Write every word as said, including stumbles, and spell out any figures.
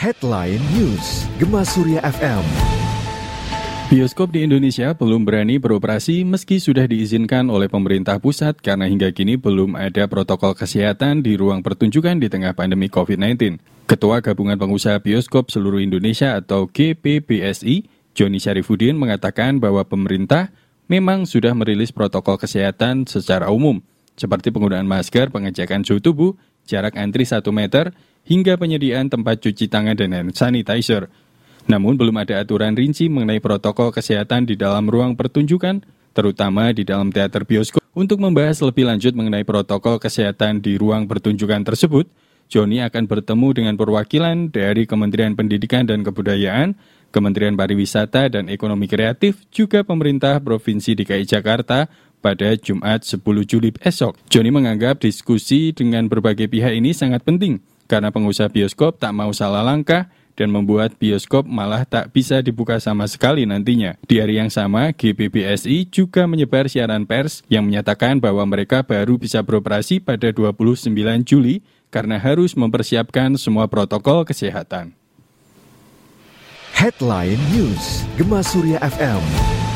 Headline News, Gema Surya F M. Bioskop di Indonesia belum berani beroperasi meski sudah diizinkan oleh pemerintah pusat karena hingga kini belum ada protokol kesehatan di ruang pertunjukan di tengah pandemi covid sembilan belas. Ketua Gabungan Pengusaha Bioskop Seluruh Indonesia atau G P B S I, Joni Syarifudin mengatakan bahwa pemerintah memang sudah merilis protokol kesehatan secara umum, seperti penggunaan masker, pengecekan suhu tubuh, jarak antri satu meter, hingga penyediaan tempat cuci tangan dan hand sanitizer. Namun belum ada aturan rinci mengenai protokol kesehatan di dalam ruang pertunjukan, terutama di dalam teater bioskop. Untuk membahas lebih lanjut mengenai protokol kesehatan di ruang pertunjukan tersebut, Joni akan bertemu dengan perwakilan dari Kementerian Pendidikan dan Kebudayaan, Kementerian Pariwisata dan Ekonomi Kreatif, juga pemerintah Provinsi D K I Jakarta pada Jumat sepuluh Juli esok. Joni menganggap diskusi dengan berbagai pihak ini sangat penting, karena pengusaha bioskop tak mau salah langkah dan membuat bioskop malah tak bisa dibuka sama sekali nantinya. Di hari yang sama, G P B S I juga menyebar siaran pers yang menyatakan bahwa mereka baru bisa beroperasi pada dua puluh sembilan Juli karena harus mempersiapkan semua protokol kesehatan. Headline News, Gema Surya F M.